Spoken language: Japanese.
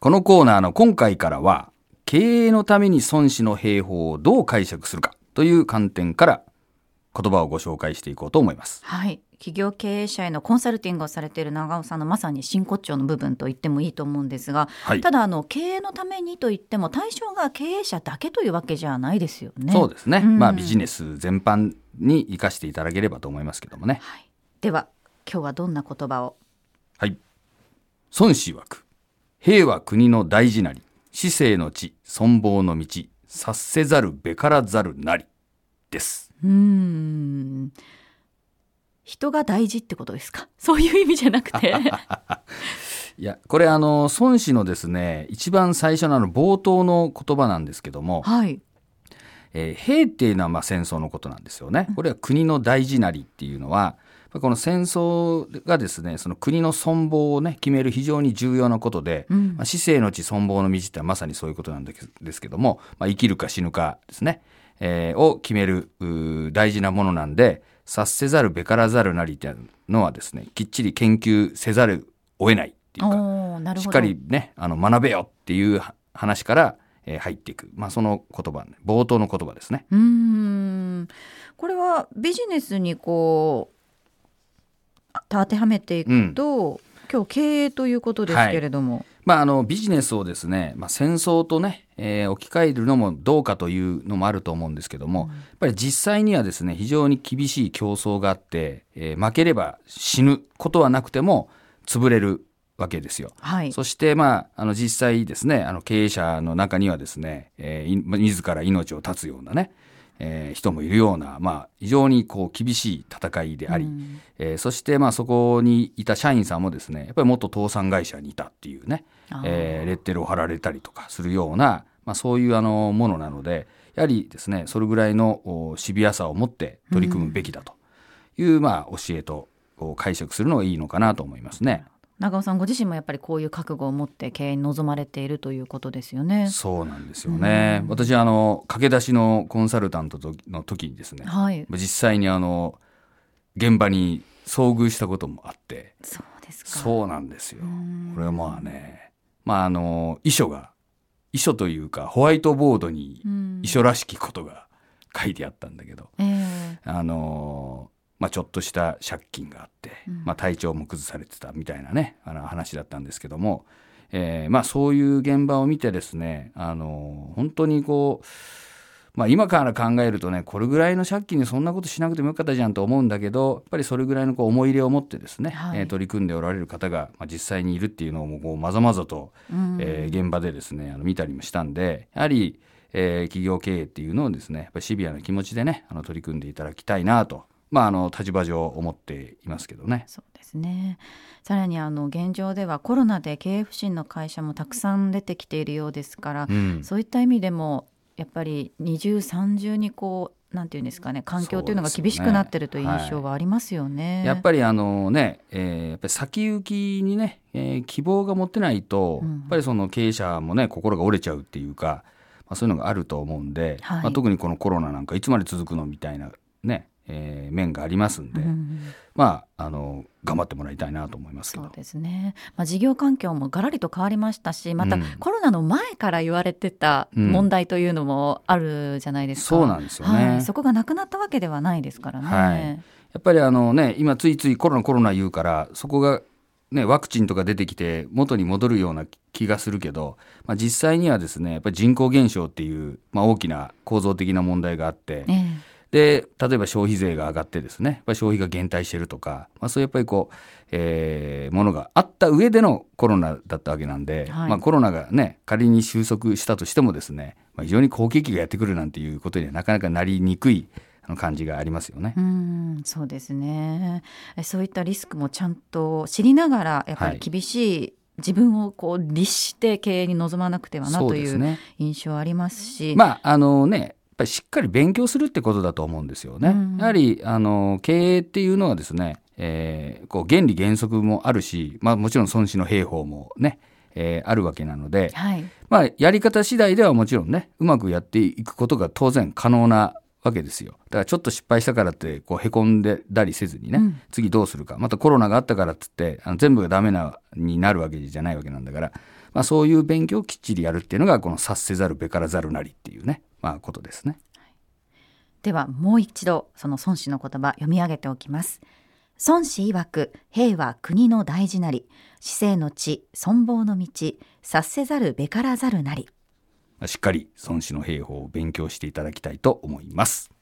このコーナーの今回からは、経営のために孫子の兵法をどう解釈するかという観点から言葉をご紹介していこうと思います。 はい、企業経営者へのコンサルティングをされている長尾さんのまさに真骨頂の部分と言ってもいいと思うんですが、 はい、 ただ経営のためにといっても対象が経営者だけというわけじゃないですよね。 そうですね、ビジネス全般に生かしていただければと思いますけどもね。 はい、では今日はどんな言葉を。 はい、孫子曰く、兵は国の大事なり、至誠の地、存亡の道、察せざるべからざるなりです。 人が大事ってことですか？そういう意味じゃなくていや、これ孫子のですね、一番最初の冒頭の言葉なんですけども、 はい、 兵っていうのは戦争のことなんですよね。これは国の大事なりっていうのは、この戦争がですね、その国の存亡をね決める非常に重要なことで、至誠の地存亡の道ってまさにそういうことなんですけども、生きるか死ぬかですね、を決める大事なものなんで、察せざるべからざるなりっていうのはですね、きっちり研究せざるを得ないっていうか、 なるほど、 しっかりね学べよっていう話から入っていく、その言葉、冒頭の言葉ですね。 これはビジネスにこう当てはめていくと、今日経営ということですけれども、 ビジネスをですね、戦争とね、置き換えるのもどうかというのもあると思うんですけども、やっぱり実際にはですね、非常に厳しい競争があって、負ければ死ぬことはなくても潰れるわけですよ。 はい、 そして実際ですね、経営者の中にはですね、自ら命を絶つようなね、人もいるような、非常に厳しい戦いであり、そしてそこにいた社員さんもですね、やっぱり元倒産会社にいたっていうね、レッテルを貼られたりとかするような、そういうものなので、やはりですね、それぐらいのシビアさを持って取り組むべきだという、教えと解釈するのがいいのかなと思いますね。 長尾さんご自身もやっぱりこういう覚悟を持って経営に臨まれているということですよね。 そうなんですよね。私駆け出しのコンサルタントの時にですね、実際に現場に遭遇したこともあって。 そうですか。 そうなんですよ。これは遺書というかホワイトボードに遺書らしきことが書いてあったんだけど、ちょっとした借金があって、体調も崩されてたみたいなね話だったんですけども、そういう現場を見てですね、本当に今から考えるとね、これぐらいの借金でそんなことしなくてもよかったじゃんと思うんだけど、やっぱりそれぐらいの思い入れを持ってですね、取り組んでおられる方が、実際にいるっていうのをまざまざと、現場でですね見たりもしたんで、やはり、企業経営っていうのをですね、やっぱりシビアな気持ちでね取り組んでいただきたいなと、立場上思っていますけどね。 そうですね。さらに現状ではコロナで経営不振の会社もたくさん出てきているようですから、そういった意味でもやっぱり二重三重になんていうんですかね、環境というのが厳しくなっているという印象はありますよね。 やっぱりやっぱり先行きにね、希望が持てないと、やっぱりその経営者もね心が折れちゃうっていうか、そういうのがあると思うんで、特にこのコロナなんかいつまで続くのみたいなね、面がありますんで、頑張ってもらいたいなと思いますけど。 そうですね。事業環境もガラリと変わりましたし、またコロナの前から言われてた問題というのもあるじゃないですか。 そうなんですよね。 そこがなくなったわけではないですからね。 やっぱり今ついついコロナ言うからそこがワクチンとか出てきて元に戻るような気がするけど、実際にはですね、やっぱり人口減少っていう、大きな構造的な問題があって、で例えば消費税が上がってですね、やっぱり消費が減退してるとか、そういうやっぱりものがあった上でのコロナだったわけなんで、コロナがね仮に収束したとしてもですね、非常に好景気がやってくるなんていうことにはなかなかなりにくい感じがありますよね。 そうですね。そういったリスクもちゃんと知りながら、やっぱり厳しい、自分を律して経営に臨まなくてはなという印象ありますし、 やっぱりしっかり勉強するってことだと思うんですよね。やはり経営っていうのはですね、原理原則もあるし、もちろん孫子の兵法もね、あるわけなので、やり方次第ではもちろんねうまくやっていくことが当然可能なわけですよ。だからちょっと失敗したからってへこんでたりせずにね、次どうするか、またコロナがあったからっつって全部がダメになるわけじゃないわけなんだから、 そういう勉強をきっちりやるっていうのがこの察せざるべからざるなりっていうね、ことですね。 ではもう一度その孫子の言葉読み上げておきます。孫子曰く、兵は国の大事なり、至誠の地、存亡の道、察せざるべからざるなり。 しっかり孫子の兵法を勉強していただきたいと思います。